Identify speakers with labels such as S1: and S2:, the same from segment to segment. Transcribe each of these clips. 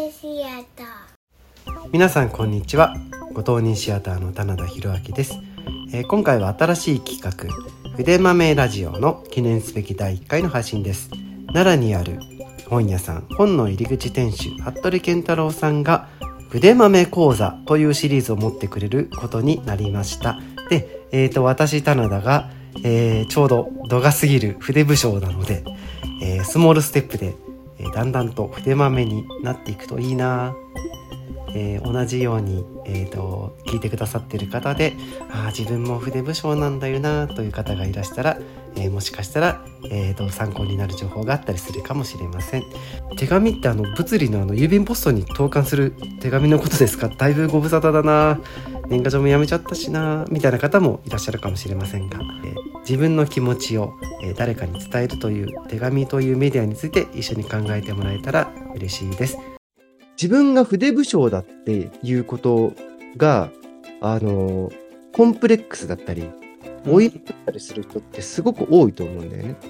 S1: 藤シアター。
S2: 皆さんこんにちは。ご当人シアターの棚田博明です。今回は新しい企画筆豆ラジオの記念すべき第1回の配信です。奈良にある本屋さん本の入り口店主服部健太郎さんが筆豆講座というシリーズを持ってくれることになりました。で、私棚田が、ちょうど度が過ぎる筆武将なので、スモールステップで、だんだんと筆豆になっていくといいな。同じように、聞いてくださっている方で自分も筆武将なんだよなという方がいらしたら、もしかしたら、参考になる情報があったりするかもしれません。手紙って物理の郵便ポストに投函する手紙のことですか？だいぶご無沙汰だな、年賀状もやめちゃったしなみたいな方もいらっしゃるかもしれませんが、自分の気持ちを、誰かに伝えるという手紙というメディアについて一緒に考えてもらえたら嬉しいです。自分が筆武将だっていうことがコンプレックスだったり追い込ったりする人ってすごく多いと思うんだよね。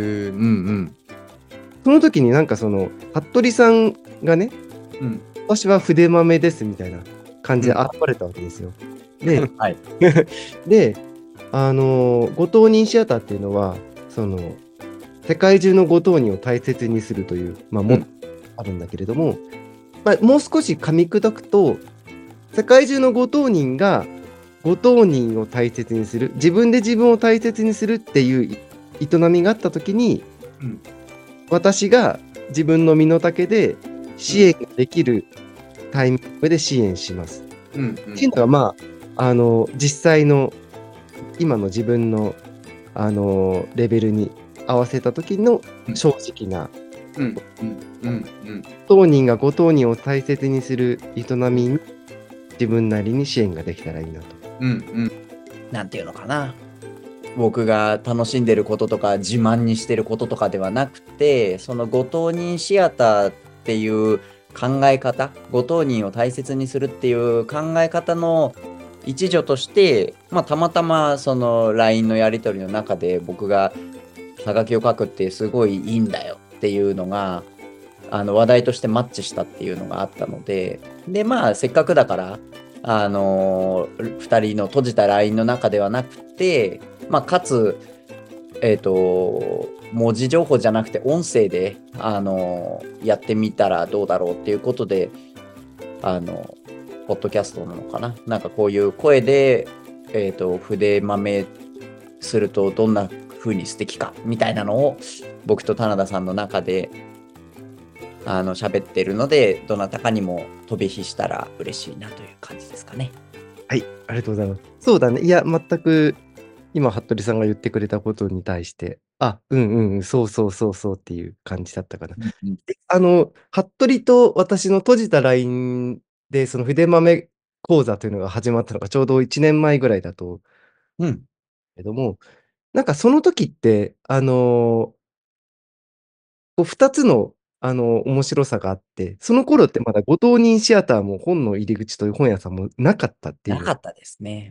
S2: その時に服部さんがね、私は筆豆ですみたいな感じで現れたわけですよ。で、
S3: はい、
S2: でご当人シアターっていうのは世界中のご当人を大切にするというもっとあるんだけれども、もう少し噛み砕くと、世界中のご当人がご当人を大切にする、自分で自分を大切にするっていう営みがあった時に、私が自分の身の丈で支援ができるタイミングで支援します。っていうのが実際の今の自分のレベルに合わせた時の正直な当人がご当人を大切にする営みに自分なりに支援ができたらいいなと。
S3: なんていうのかな、僕が楽しんでることとか自慢にしてることとかではなくて、そのご当人シアターっていう考え方、ご当人を大切にするっていう考え方の一助として、たまたまその LINE のやり取りの中で僕がはがきを書くってすごいいいんだよっていうのが話題としてマッチしたっていうのがあったので、せっかくだから2人の閉じた LINE の中ではなくて、かつ文字情報じゃなくて音声でやってみたらどうだろうっていうことでポッドキャストなのかな、なんかこういう声で筆豆するとどんな風に素敵かみたいなのを僕と棚田さんの中で喋ってるので、どなたかにも飛び火したら嬉しいなという感じですかね。
S2: はい、ありがとうございます。そうだね。いや、全く今服部さんが言ってくれたことに対してそうそうそうそうっていう感じだったかな。服部と私の閉じた LINE でその筆豆講座というのが始まったのがちょうど1年前ぐらいだとけども、その時って2つの面白さがあって、その頃ってまだご当人シアターも本の入り口という本屋さんもなかったっていう。
S3: なかったですね。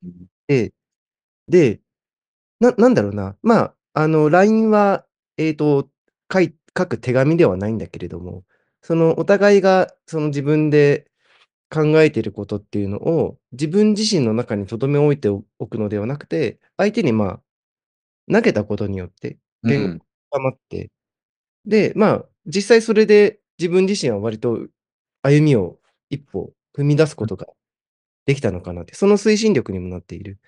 S2: で、なんだろうな、LINE は、書く手紙ではないんだけれども、お互いが自分で考えていることっていうのを、自分自身の中に留め置いておくのではなくて、相手に投げたことによって言語が深まって、で、実際それで自分自身は割と歩みを一歩踏み出すことができたのかなって、その推進力にもなっている。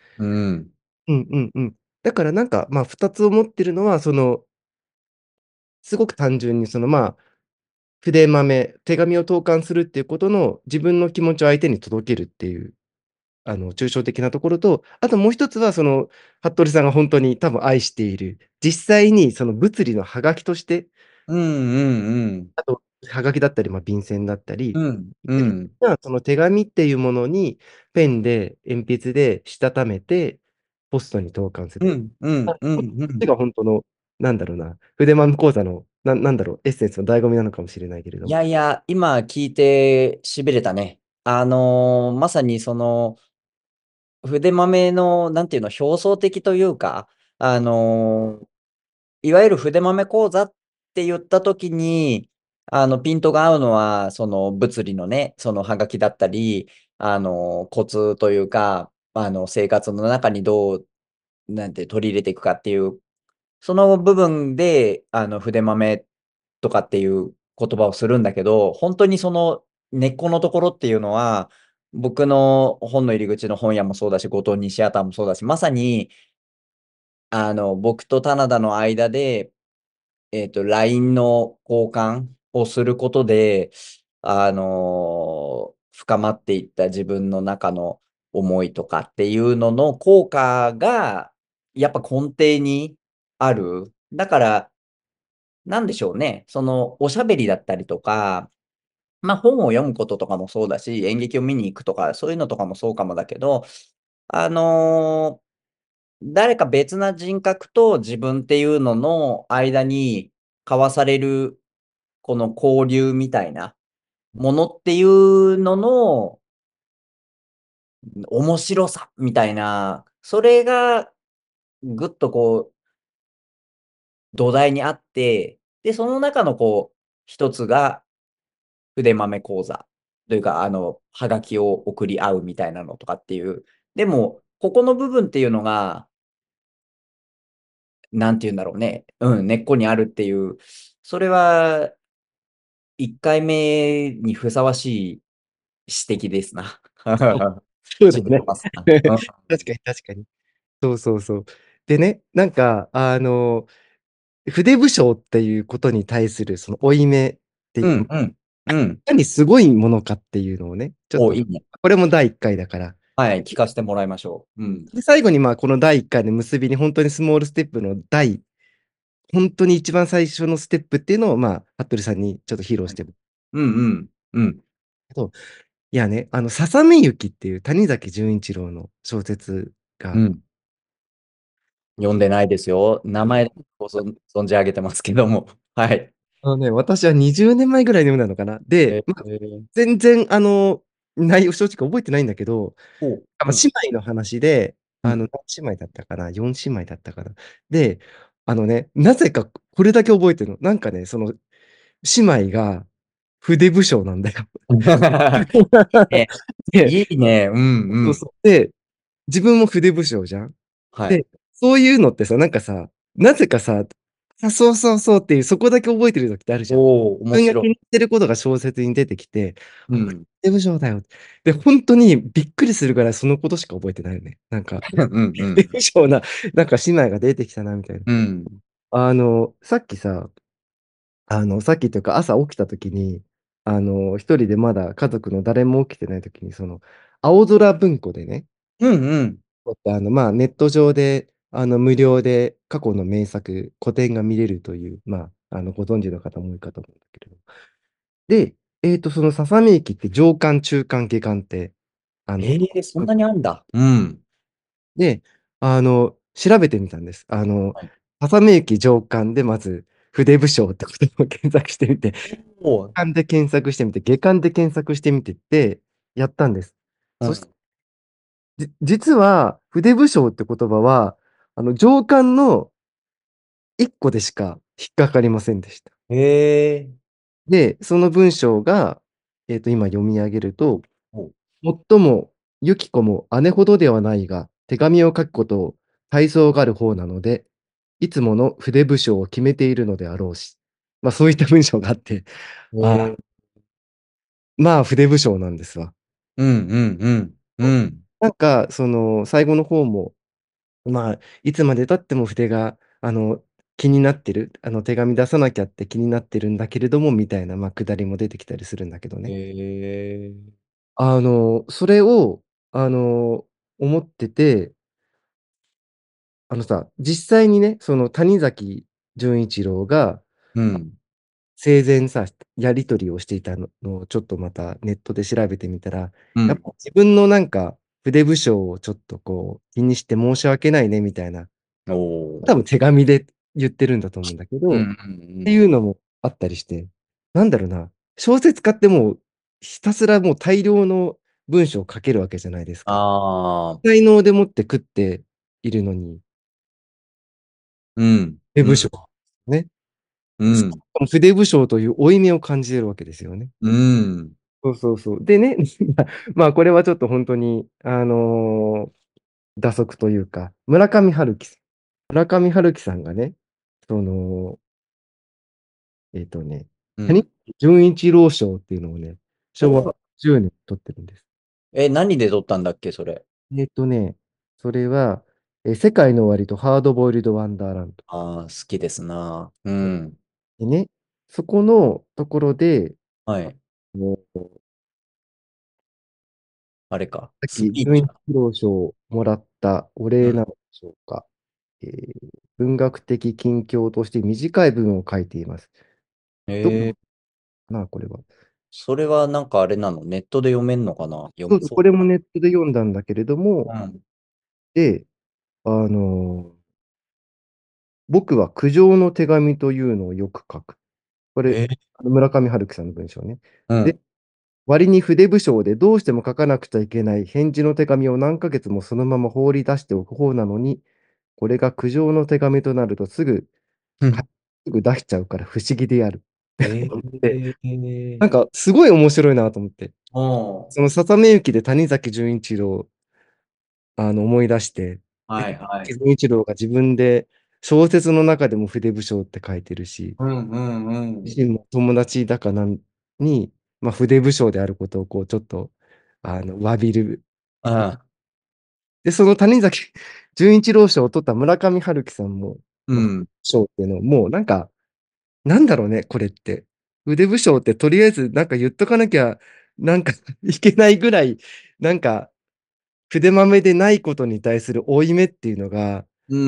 S2: だから2つ思ってるのは、すごく単純に筆豆、手紙を投函するっていうことの自分の気持ちを相手に届けるっていう、抽象的なところと、あともう一つは服部さんが本当に多分愛している、実際に物理のはがきとしてあと、はがきだったり、便箋だったり、その手紙っていうものに、ペンで、鉛筆でしたためて、ポストに投函する。こっちが本当の、筆豆講座の、エッセンスの醍醐味なのかもしれないけれど
S3: い
S2: も。
S3: やいや、今聞いてしびれたね。まさにその筆豆のなんていうの、表層的というか、いわゆる筆豆講座って言った時に、 ピントが合うのは、その物理のね、そのハガキだったり、コツというか、生活の中にどう、なんて取り入れていくかっていう、その部分で、筆豆とかっていう言葉をするんだけど、本当にその根っこのところっていうのは、僕の本の入り口の本屋もそうだし、後藤西シアターもそうだし、まさに、僕と棚田の間で、LINE の交換をすることで、深まっていった自分の中の思いとかっていうのの効果が、やっぱ根底にある。だから、なんでしょうね。その、おしゃべりだったりとか、まあ本を読むこととかもそうだし、演劇を見に行くとか、そういうのとかもそうかもだけど、あのー誰か別な人格と自分っていうのの間に交わされるこの交流みたいなものっていうのの面白さみたいな、それがぐっとこう土台にあって、で、その中のこう一つが筆豆講座というか、はがきを送り合うみたいなのとかっていう。でも、ここの部分っていうのが、なんて言うんだろうね。うん、根っこにあるっていう、それは1回目にふさわしい指摘ですな。
S2: そうだね。
S3: しびれますな。うん。
S2: 確かに確かに。そうそうそう。でね、なんか、筆武将っていうことに対するその負い目っていう、い
S3: うん、うん、うん。
S2: かにすごいものかっていうのをね、ちょっ
S3: お、
S2: と、
S3: いいね。
S2: これも第1回だから。
S3: はい、聞かせてもらいましょう。うん。
S2: で、最後にまあこの第1回の結びに本当にスモールステップの本当に一番最初のステップっていうのをまあ、服部さんにちょっと披露してる
S3: うん、うん、うん。
S2: けど、いやね、ささめゆきっていう谷崎潤一郎の小説が、
S3: うん。読んでないですよ。名前で存じ上げてますけども。はい。
S2: 私は20年前ぐらいに読んだのかな。で、まあ、全然、内容正直覚えてないんだけど、
S3: お、
S2: まあ、
S3: うん、
S2: 姉妹の話で、
S3: うん。
S2: 何姉妹だったかな？ 4 姉妹だったかな。で、なぜかこれだけ覚えてるの。なんかね、その姉妹が筆武将なんだよ。
S3: ね、
S2: で、
S3: いいね。うん、うん。
S2: そうそう。で、自分も筆武将じゃん。
S3: はい。
S2: で、そういうのってさ、なんかさ、なぜかさ、そうそうそうっていう、そこだけ覚えてる時ってあるじゃん。
S3: おお、面白い。
S2: 自分が気に入ってることが小説に出てきて、あ、筆
S3: うん。
S2: 武将だよ。で、本当にびっくりするぐらいそのことしか覚えてないよね。なんか、
S3: うん、う
S2: 筆
S3: ん。
S2: 武将な、なんか姉妹が出てきたな、みたいな。
S3: うん。
S2: さっきさ、さっきというか朝起きた時に、一人でまだ家族の誰も起きてない時に、その、青空文庫でね、
S3: うん、うん。
S2: まあ、ネット上で、無料で過去の名作、古典が見れるという、まあ、ご存知の方も多いかと思うんだけれど。で、そのささめ駅って上巻、中巻、下巻って、あの、
S3: そんなにあんだ。うん。
S2: で、調べてみたんです。
S3: はい。
S2: ささめ駅上巻でまず、筆武将ってことを検索してみて、
S3: おー、
S2: 巻で検索してみて、下巻で検索してみてってやったんです。そして、
S3: うん。
S2: 実は、筆武将って言葉は、上巻の1個でしか引っかかりませんでした。
S3: へえ。
S2: で、その文章が、今読み上げると、
S3: お、
S2: もっとも、ユキコも姉ほどではないが、手紙を書くことを大層がある方なので、いつもの筆武将を決めているのであろうし、まあそういった文章があって、あ、
S3: へえ。
S2: まあ筆武将なんですわ。
S3: うん、うん、うん。うん。
S2: なんか、その、最後の方も、まあ、いつまで経っても筆が、気になってる、手紙出さなきゃって気になってるんだけれども、みたいな、まあ、くだりも出てきたりするんだけど
S3: へ
S2: ね。
S3: え。
S2: それを、思ってて、実際にね、その谷崎潤一郎が
S3: うん。
S2: 生前さ、やり取りをしていたのをちょっとまたネットで調べてみたら、
S3: うん。
S2: やっぱ自分のなんか筆武将をちょっとこう気にして申し訳ないねみたいな、
S3: おお。
S2: 多分手紙で言ってるんだと思うんだけど、っ
S3: うん、うん、うん。
S2: ていうのもあったりして、なんだろうな、小説家ってもうひたすらもう大量の文章を書けるわけじゃないですか。
S3: ああ。
S2: 才能でもって食っているのに、
S3: うん、うん。
S2: 筆武将ね。
S3: うん。
S2: 筆武将という負い目を感じてるわけですよね。
S3: うん。
S2: そうそうそう。でね、まあこれはちょっと本当に、打足というか、村上春樹さんがね、その、谷
S3: うん。
S2: 潤一郎賞っていうのをね、昭和
S3: お
S2: 10年取ってるんです。
S3: 何で撮ったんだっけ、それ。
S2: えっとね、それは、世界の終わりとハードボイルド・ワンダーランド。
S3: ああ、好きですな。うん。
S2: でね、そこのところで、
S3: はい。
S2: もう
S3: あれか。
S2: さっ
S3: ス
S2: き潤一
S3: ピーチか。
S2: 郎賞をもらったお
S3: うん。
S2: 礼なのでしょうか。文学的近況として短い文を書いています。どこか
S3: えー、
S2: な、これは。
S3: それはなんかあれなの？ネットで読めんのかな？読
S2: そうそう、
S3: めそ
S2: これもネットで読んだんだけれど
S3: う。
S2: も、
S3: うん。
S2: で、あのー僕は苦情の手紙というのをよく書く。これ、
S3: えー、
S2: 村上春樹さんの文章ね。で、
S3: うん。
S2: 割に筆不詳でどうしても書かなくちゃいけない返事の手紙を何ヶ月もそのまま放り出しておく方なのに、これが苦情の手紙となるとかすぐ出しちゃうから不思議である。
S3: え
S2: で、
S3: ー、
S2: なんかすごい面白いなと思って。
S3: うん。
S2: そのささめゆきで谷崎潤一郎思い出して、
S3: はいはい。
S2: 潤一郎が自分で小説の中でも筆不詳って書いてるし、
S3: うんうんうん。
S2: 自身も友達だかなんに、まあ、筆不詳であることをこうちょっと詫びる。
S3: うん。
S2: で、その谷崎潤一郎賞を取った村上春樹さんも、まあ、筆
S3: うん。
S2: 不詳っていうのをもうなんか、なんだろうね、これって。筆不詳ってとりあえずなんか言っとかなきゃなんかいけないぐらい、なんか筆まめでないことに対する負い目っていうのが、
S3: うん。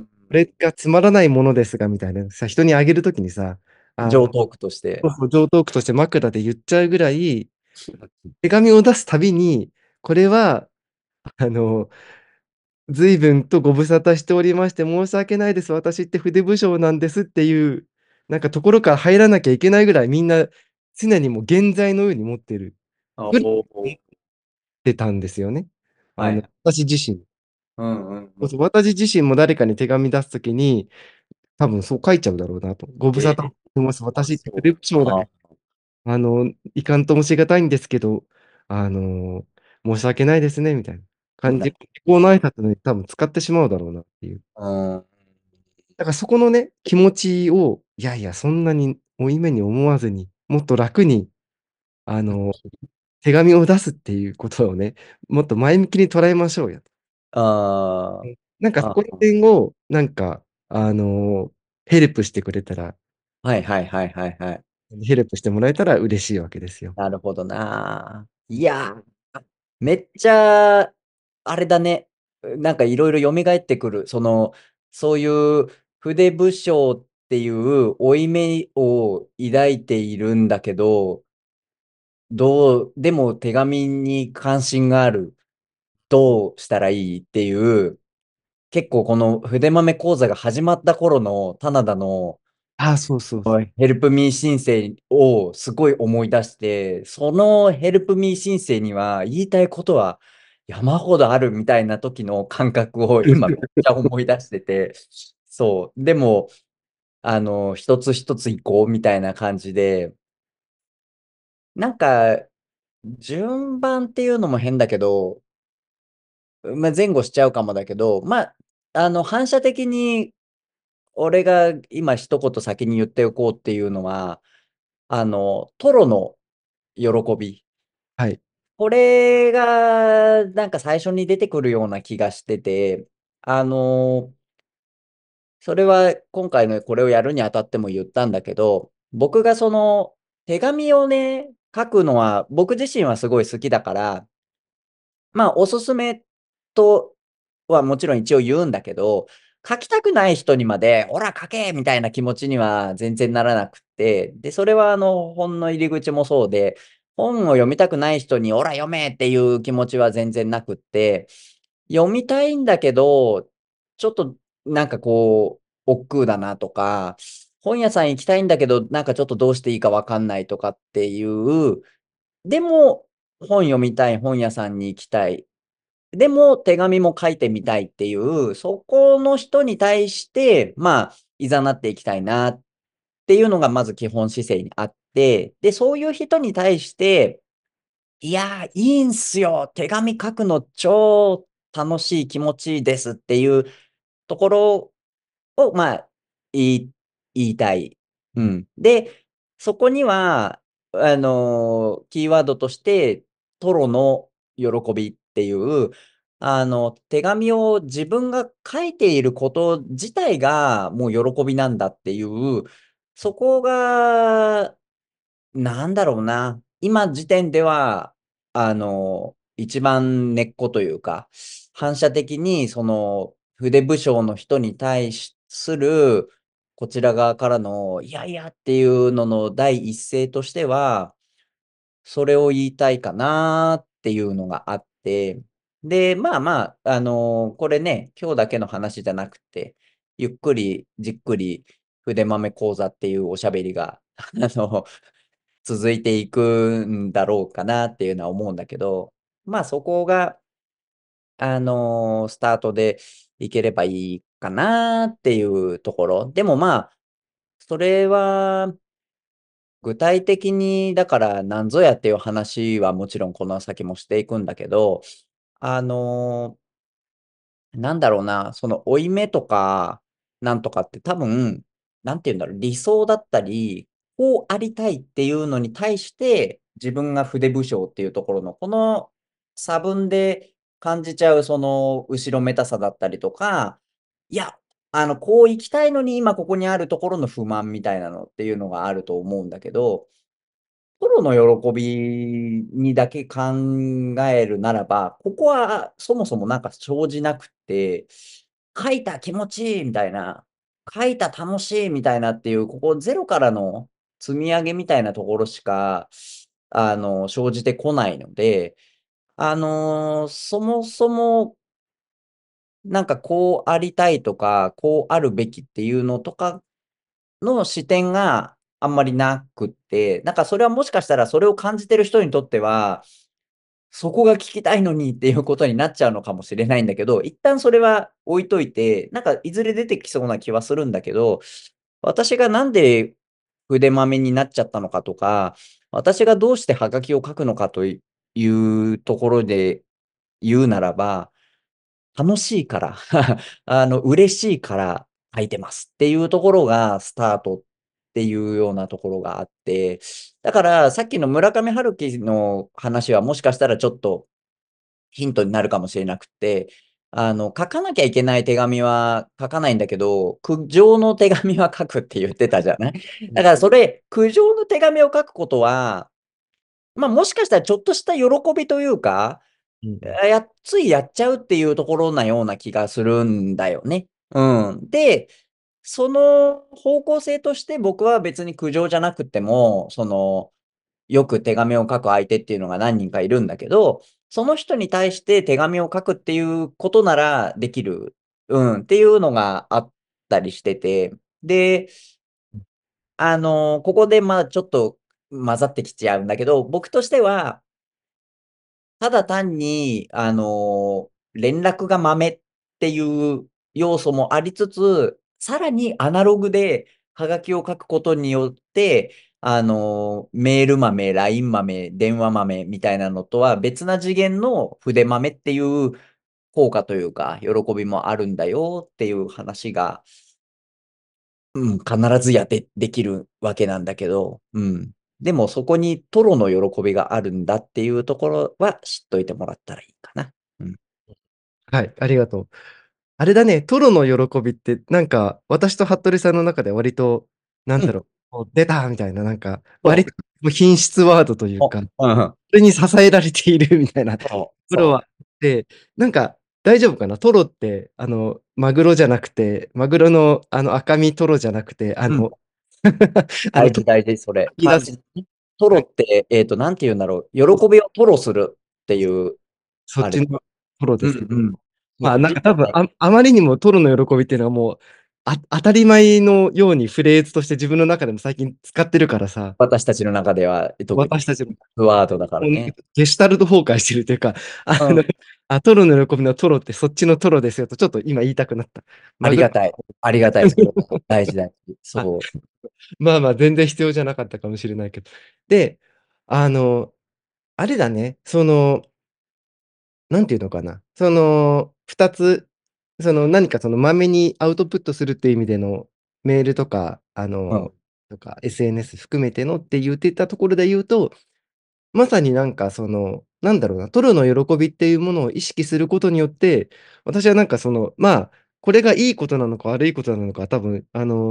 S2: これがつまらないものですが、みたいなさ、人にあげるときにさ、
S3: 上トークとして。
S2: そうそう上等句として枕で言っちゃうぐらい、手紙を出すたびに、これは、あの、随分とご無沙汰しておりまして、申し訳ないです。私って筆武将なんですっていう、なんかところから入らなきゃいけないぐらい、みんな常にもう現在のように持ってる
S3: あ、
S2: ぐらい
S3: おー、
S2: 持ってたんですよね。
S3: はい。
S2: 私自身。
S3: うんうんうん。
S2: そうそう私自身も誰かに手紙出すときに、多分そう書いちゃうだろうなと。ご無沙汰しております。
S3: あ、
S2: 私って筆
S3: そう
S2: 武将だけ
S3: なんだ。
S2: いかんともしがたいんですけど、あの、申し訳ないですね、みたいな感じ、この挨拶に多分使ってしまうだろうなっていう。
S3: うん。
S2: だからそこのね、気持ちを、いやいや、そんなに負い目に思わずに、もっと楽に、あの、手紙を出すっていうことをね、もっと前向きに捉えましょうよ。
S3: あ
S2: なんかそ
S3: あ、
S2: こら辺を、なんか、ヘルプしてくれたら、
S3: はいはいはいはいはい。
S2: ヘルプしてもらえたら嬉しいわけですよ。
S3: なるほどな。いやー、めっちゃ、あれだね。なんかいろいろ蘇ってくる。そういう筆武将っていう負い目を抱いているんだけど、でも手紙に関心がある。どうしたらいいっていう、結構この筆豆講座が始まった頃の棚田の
S2: ああ、そうそうそう。
S3: ヘルプミー申請をすごい思い出して、そのヘルプミー申請には言いたいことは山ほどあるみたいな時の感覚を今めっちゃ思い出してて、そう。でも、一つ一つ行こうみたいな感じで、なんか、順番っていうのも変だけど、まあ、前後しちゃうかもだけど、まあ、反射的に俺が今一言先に言っておこうっていうのは、トロの喜び。
S2: はい。
S3: これが、なんか最初に出てくるような気がしてて、あの、それは今回のこれをやるにあたっても言ったんだけど、僕がその手紙をね、書くのは僕自身はすごい好きだから、まあ、おすすめとはもちろん一応言うんだけど、書きたくない人にまで、オラ書けみたいな気持ちには全然ならなくって、で、それは本の入り口もそうで、本を読みたくない人に、オラ読めっていう気持ちは全然なくって、読みたいんだけど、ちょっとなんかこう、億劫だなとか、本屋さん行きたいんだけど、なんかちょっとどうしていいかわかんないとかっていう、でも本読みたい、本屋さんに行きたい。でも手紙も書いてみたいっていう、そこの人に対して、まあ、いざなっていきたいなっっていうのがまず基本姿勢にあって、で、そういう人に対して、いやー、いいんすよ。手紙書くの超楽しい、気持ちいいですっていうところを、まあ、言い言いたい。うん。で、そこには、キーワードとして、トロの喜びっていう、手紙を自分が書いていること自体がもう喜びなんだっていう、そこがなんだろうな。今時点では、一番根っこというか、反射的にその筆武将の人に対する、こちら側からの、いやいやっていうのの第一声としては、それを言いたいかなっていうのがあって、で、まあまあ、これね、今日だけの話じゃなくて、ゆっくりじっくり筆豆講座っていうおしゃべりが、続いていくんだろうかなっていうのは思うんだけど、まあそこが、スタートでいければいいかなっていうところ。でもまあ、それは具体的にだからなんぞやっていう話はもちろんこの先もしていくんだけど、あのなんだろうな、その負い目とか、なんとかって多分、なんて言うんだろう、理想だったり、こうありたいっていうのに対して、自分が筆武将っていうところの、この差分で感じちゃう、その後ろめたさだったりとか、いや、こう行きたいのに今ここにあるところの不満みたいなのっていうのがあると思うんだけど、プロの喜びにだけ考えるならば、ここはそもそもなんか生じなくて、書いた気持ちいいみたいな、書いた楽しいみたいなっていう、ここゼロからの積み上げみたいなところしか、生じてこないので、そもそもなんかこうありたいとか、こうあるべきっていうのとかの視点があんまりなくって、なんかそれはもしかしたらそれを感じてる人にとっては、そこが聞きたいのにっていうことになっちゃうのかもしれないんだけど、一旦それは置いといて、なんかいずれ出てきそうな気はするんだけど、私がなんで筆まめになっちゃったのかとか、私がどうしてハガキを書くのかというところで言うならば、楽しいから、嬉しいから書いてますっていうところがスタートっていうようなところがあって、だからさっきの村上春樹の話はもしかしたらちょっとヒントになるかもしれなくて、書かなきゃいけない手紙は書かないんだけど、苦情の手紙は書くって言ってたじゃない。だからそれ、苦情の手紙を書くことは、まあもしかしたらちょっとした喜びというか、ついやっちゃうっていうところなような気がするんだよね。うん。で、その方向性として僕は別に苦情じゃなくても、よく手紙を書く相手っていうのが何人かいるんだけど、その人に対して手紙を書くっていうことならできる、っていうのがあったりしてて、で、ここでまあちょっと混ざってきちゃうんだけど、僕としては、ただ単に、連絡が豆っていう要素もありつつ、さらにアナログではがきを書くことによって、メール豆、LINE 豆、電話豆みたいなのとは別な次元の筆豆っていう効果というか、喜びもあるんだよっていう話が、必ずできるわけなんだけど、でもそこにトロの喜びがあるんだっていうところは知っといてもらったらいいかな。
S2: はい、ありがとう。あれだね、トロの喜びって、なんか、私と服部さんの中で割と、なん
S3: うん、
S2: だろう、こう出たみたいな、なんか、割と
S3: そう。
S2: 品質ワードというか、
S3: うんうん。
S2: それに支えられているみたいなと
S3: そう、
S2: ころはあって、なんか、大丈夫かなトロって、マグロじゃなくて、マグロの、赤身トロじゃなくて、
S3: うん。
S2: ト
S3: 大事大事、それ。
S2: ロ出す。
S3: 漢字ね。トロ
S2: はい、
S3: って、なんて言うんだろう。喜びをトロするっていう、あれ。
S2: そっちのトロですね。
S3: うんうん。そ
S2: まあ、
S3: っ
S2: なんか多分
S3: ちだね。
S2: あまりにもトロの喜びっていうのはもう、当たり前のようにフレーズとして自分の中でも最近使ってるからさ、
S3: 私たちの中では特に
S2: 私たちも
S3: ワードだからね。
S2: ゲシュタルト崩壊してるというか、あの、
S3: うん。
S2: トロの喜びのトロってそっちのトロですよと、ちょっと今言いたくなった。マグロ。
S3: ありがたい。ありがたい。それは大事大事。
S2: あ、
S3: そう。
S2: まあまあ、全然必要じゃなかったかもしれないけど。で、あの、あれだね、なんていうのかな、二つ、何かまめにアウトプットするっていう意味でのメールとか、
S3: うん。
S2: SNS 含めてのって言ってたところで言うと、まさになんかなんだろうな、トロの喜びっていうものを意識することによって、私はなんかまあ、これがいいことなのか悪いことなのか、多分、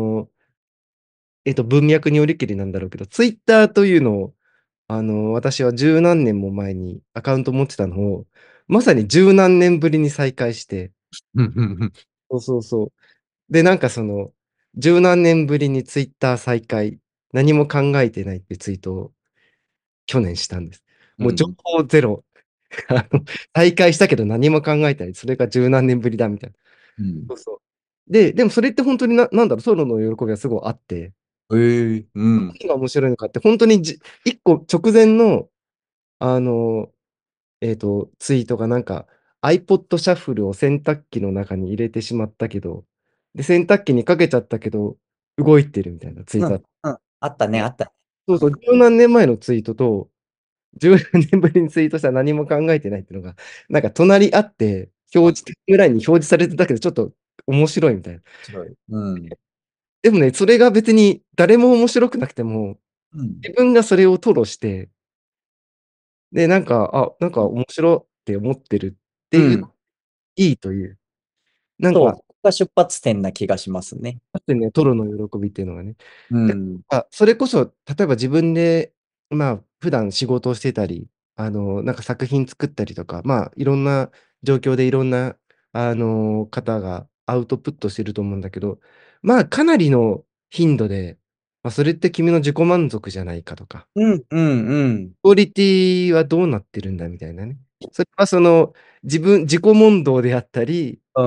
S2: 文脈によりけりなんだろうけど、ツイッターというのを、私は十何年も前にアカウント持ってたのを、まさに十何年ぶりに再開して、
S3: うんうんうん。
S2: そうそうそう。で、なんか十何年ぶりにツイッター再開、何も考えてないってツイートを去年したんです。もう情
S3: うん
S2: 報ゼロ。再開したけど何も考えてない。それが十何年ぶりだみたいな。
S3: うん。
S2: そうそう。でもそれって本当になんだろう、ソロの喜びがすごいあって、
S3: うん。
S2: 何が面白いのかって、本当に一個直前の、あの、ツイートがなんか、iPod シャッフルを洗濯機の中に入れてしまったけど、で、洗濯機にかけちゃったけど、動いてるみたいなツイー
S3: うん。
S2: トあって。
S3: うん。あったね、あったね。
S2: そうそう、十何年前のツイートと、十何年ぶりにツイートしたら何も考えてないっていうのが、なんか隣り合って、タイムラインに表示されてたけど、ちょっと面白いみたいな。
S3: 白い。うん。
S2: でもね、それが別に誰も面白くなくても、
S3: うん。
S2: 自分がそれを吐露して、で、なんか面白って思ってるっていう、
S3: うん。
S2: いいという。なん
S3: そう、
S2: か、
S3: ここが出発点な気がしますね。
S2: あってね、トロの喜びっていうのがね。で、
S3: うん。
S2: それこそ、例えば自分で、まあ、普段仕事をしてたり、なんか作品作ったりとか、まあ、いろんな状況でいろんな、方がアウトプットしてると思うんだけど、まあ、かなりの頻度で、まあ、それって君の自己満足じゃないかとか、
S3: うん、うん、うん。
S2: クオリティはどうなってるんだみたいなね。それは自己問答であったり、
S3: うん。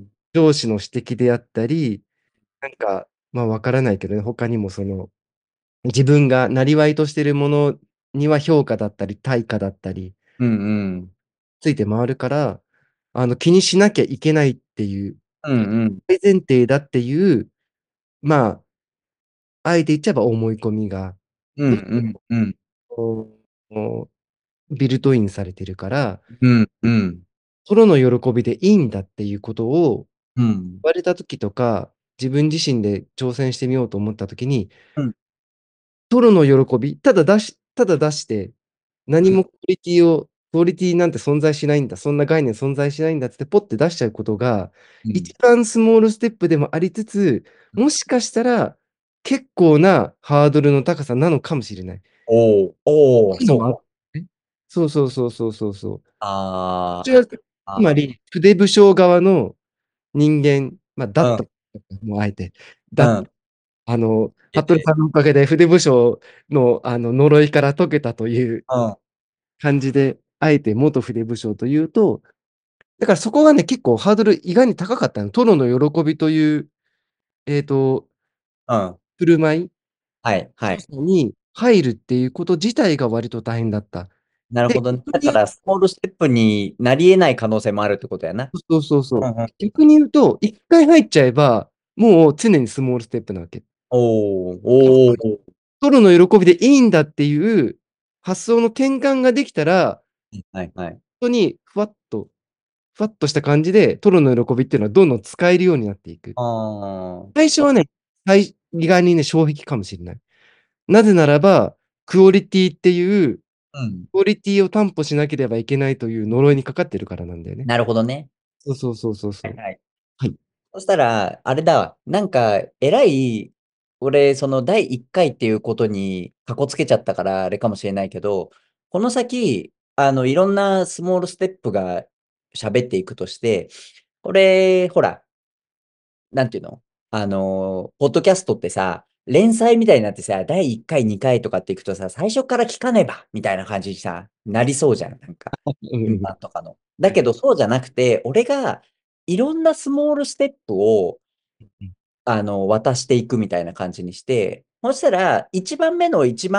S2: 上司の指摘であったり、なんか、まあわからないけどね、他にも自分が生りとしているものには評価だったり、対価だったり、
S3: うん、うん。
S2: ついて回るから、気にしなきゃいけないっていう、
S3: うん、うん。
S2: 大前提だっていう、まあ、あえて言っちゃえば思い込みが、
S3: うん、
S2: どう
S3: うん、うん。
S2: もビルトインされてるから、
S3: うん、うん。
S2: ソロの喜びでいいんだっていうことを
S3: うん。
S2: 言われた時とか、自分自身で挑戦してみようと思った時に、
S3: うん。
S2: ソロの喜び、ただ出して、何もクオリティなんて存在しないんだ、そんな概念存在しないんだってポッて出しちゃうことが、
S3: うん。
S2: 一番スモールステップでもありつつ、もしかしたら結構なハードルの高さなのかもしれない。
S3: おー、おー、
S2: いうのはあ
S3: そうか。
S2: るね。そうそうそうそうそうそう。
S3: あ
S2: それはつま
S3: あ、
S2: り、筆武将側の人間、まあ、だ
S3: うん、
S2: った、もうあえて、だっ
S3: うん。
S2: 服部さんのおかげで筆武将の、呪いから解けたという
S3: うん、
S2: 感じで、あえて元筆武将というと、だからそこがね、結構ハードル意外に高かったの。殿の喜びという、えっと、
S3: うん。
S2: 振る舞い
S3: はい、はい。
S2: に入るっていうこと自体が割と大変だった。で、
S3: なるほどね。
S2: 逆に
S3: だから、スモールステップになり得ない可能性もあるってことやな。
S2: そうそうそう。
S3: うんうん。
S2: 逆に言うと、一回入っちゃえば、もう常にスモールステップなわけ。
S3: おー、おー。
S2: ソロの喜びでいいんだっていう発想の転換ができたら、
S3: はい、はい。
S2: 本当にふわっとした感じで、トロの喜びっていうのはどんどん使えるようになっていく。
S3: ああ、
S2: 最初はね、意外にね、衝撃かもしれない。なぜならば、クオリティっていう、
S3: うん。
S2: クオリティを担保しなければいけないという呪いにかかってるからなんだよね。
S3: なるほどね。
S2: そうそうそうそうそう。
S3: はいはい。
S2: はい。
S3: そしたら、あれだわ。なんか、偉い、俺、その第1回っていうことにかこつけちゃったから、あれかもしれないけど、この先、いろんなスモールステップが喋っていくとして、これ、ほら、なんていうのポッドキャストってさ、連載みたいになってさ、第1回、2回とかっていくとさ、最初から聞かねばみたいな感じにさ、なりそうじゃん。なんか、順
S2: うん。
S3: 番とかの。だけど、そうじゃなくて、俺がいろんなスモールステップを渡していくみたいな感じにして、そしたら、1番目の一番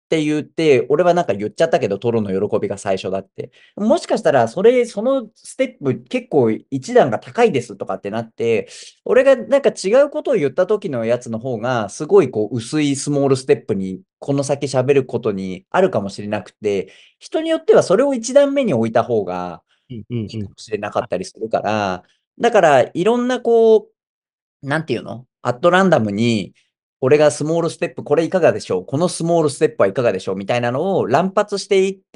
S3: って言って、俺はなんか言っちゃったけど、取るの喜びが最初だって。もしかしたら、そのステップ結構一段が高いですとかってなって、俺がなんか違うことを言った時のやつの方が、すごいこう薄いスモールステップに、この先喋ることにあるかもしれなくて、人によってはそれを一段目に置いた方が
S2: うんうんうん。
S3: いいかもしれなかったりするから、だからいろんなこう、なんていうのアットランダムに、俺がスモールステップ、これいかがでしょうこのスモールステップはいかがでしょうみたいなのを乱発していって、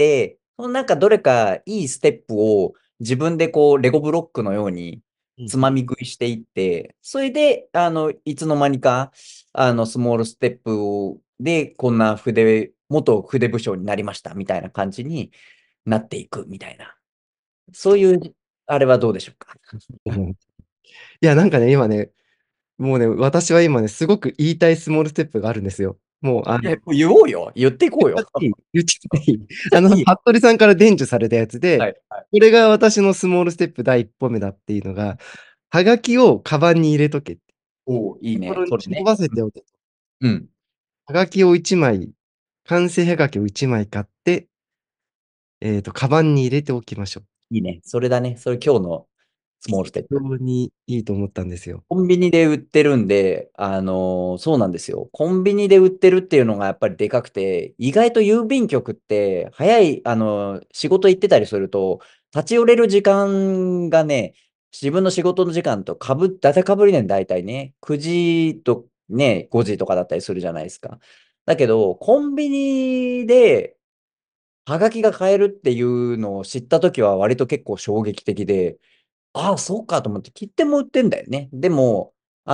S3: そのなんかどれかいいステップを自分でこう、レゴブロックのようにつまみ食いしていって、それで、いつの間にか、スモールステップで、こんな元筆武将になりましたみたいな感じになっていくみたいな。そういう、あれはどうでしょうか。
S2: いや、なんかね、今ね、もうね、私は今ね、すごく言いたいスモールステップがあるんですよ。もう、
S3: いや、言おうよ。言っていこうよ。
S2: 言っちゃっていい
S3: いい。
S2: 服部さんから伝授されたやつで、
S3: はい。はい。
S2: これが私のスモールステップ第一歩目だっていうのが、はがきをカバンに入れとけ。
S3: おお、いいね。
S2: ところに
S3: それね。
S2: 忍ばせておけ。
S3: うん。
S2: はがきを1枚、完成はがきを1枚買って、カバンに入れておきましょう。
S3: いいね。それだね。それ今日のスモールステップ。
S2: 非常にいいと思ったんですよ。
S3: コンビニで売ってるんで、そうなんですよ。コンビニで売ってるっていうのがやっぱりでかくて、意外と郵便局って早い、仕事行ってたりすると、立ち寄れる時間がね、自分の仕事の時間とだいたいかぶりねん、大体ね。9時とね、5時とかだったりするじゃないですか。だけど、コンビニではがきが買えるっていうのを知ったときは割と結構衝撃的で、ああ、そうかと思って、切手も売ってんだよね。でも、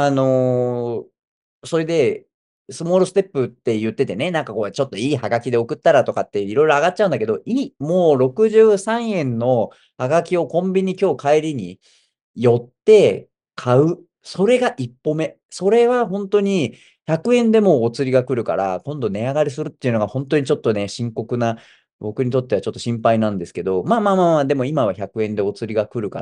S3: それで、スモールステップって言っててね、なんかこう、ちょっといいハガキで送ったらとかっていろいろ上がっちゃうんだけど、もう63円のハガキをコンビニ今日帰りに寄って買う。それが一歩目。それは本当に100円でもお釣りが来るから、今度値上がりするっていうのが本当にちょっとね、深刻な、僕にとってはちょっと心配なんですけど、まあまあまあまあ、でも今は100円でお釣りが来るから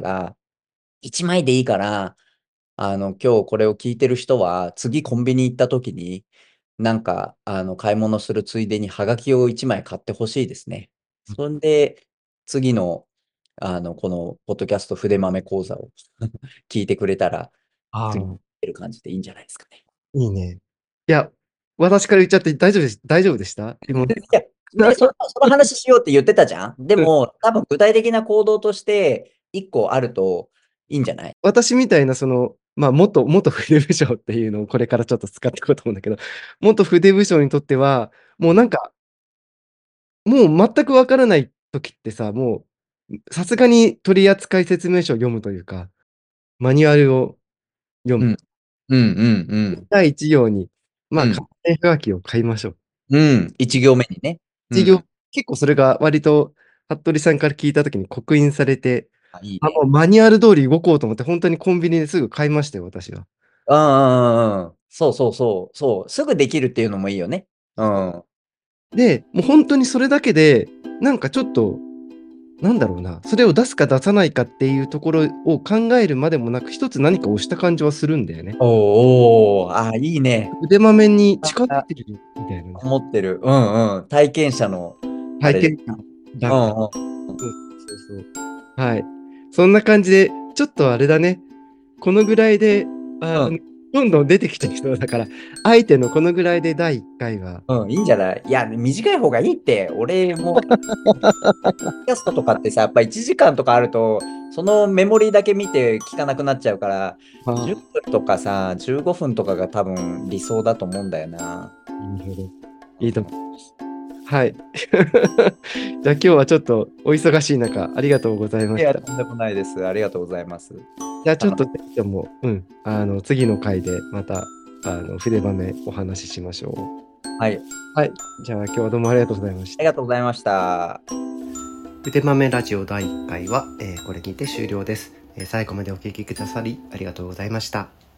S3: 、1枚でいいから、今日これを聞いてる人は、次コンビニ行った時に、なんか、買い物するついでにハガキを1枚買ってほしいですね。そんで、次の、この、ポッドキャスト筆豆講座を聞いてくれたら、次、
S2: ああ、
S3: る感じでいいんじゃないですかね。
S2: いいね。いや、私から言っちゃって大丈夫でした今。
S3: いや、で、その話しようって言ってたじゃん。でも、多分具体的な行動として、1個あるといいんじゃない？
S2: 私みたいな、まあ、元筆武将っていうのをこれからちょっと使っていこうと思うんだけど、元筆武将にとっては、もうなんか、もう全くわからない時ってさ、もう、さすがに取扱説明書を読むというか、マニュアルを読む。
S3: うん。うんうんうん。
S2: 第一行に、まあ、完
S3: うん。
S2: 成はがきを買いましょう。
S3: うん。1行目にね。う
S2: 一行、
S3: ん。
S2: 結構それが割と、服部さんから聞いた時に刻印されて、
S3: あ、いい
S2: も
S3: ね。
S2: うマニュアル通り動こうと思って、本当にコンビニですぐ買いましたよ、私は。
S3: うんうんうんうん。そうそうそう。そう。すぐできるっていうのもいいよね。うん。
S2: で、もう本当にそれだけで、なんかちょっと、なんだろうな、それを出すか出さないかっていうところを考えるまでもなく、一つ何か押した感じはするんだよね。
S3: おーおー、あ、いいね。
S2: 腕まめに近づいてるみたいなね。
S3: 思ってる。うんうん。体験者の、あれで。
S2: 体験だから。
S3: うんうん。
S2: そうそうそう。はい。そんな感じで、ちょっとあれだね。このぐらいで、
S3: うん
S2: どんどん出てきてきそうだから、あえてのこのぐらいで第1回は。
S3: うん、いいんじゃない？いや、短い方がいいって。俺も、ポッドキャストとかってさ、やっぱ1時間とかあると、そのメモリーだけ見て聞かなくなっちゃうから、
S2: あ
S3: 10分とかさ、15分とかが多分理想だと思うんだよな。
S2: なるほど。いいと思います。はい。じゃあ今日はちょっとお忙しい中、ありがとうございま
S3: いや、
S2: した。
S3: とんでもないです。ありがとうございます。
S2: じゃあちょっと、でも、次の回でまた、筆豆お話ししましょう。
S3: はい。
S2: はい。じゃあ今日はどうもありがとうございまし
S3: あり
S2: た。
S3: がとうございました。
S2: 筆豆ラジオ第1回は、これにて終了です。最後までお聞きくださりありがとうございました。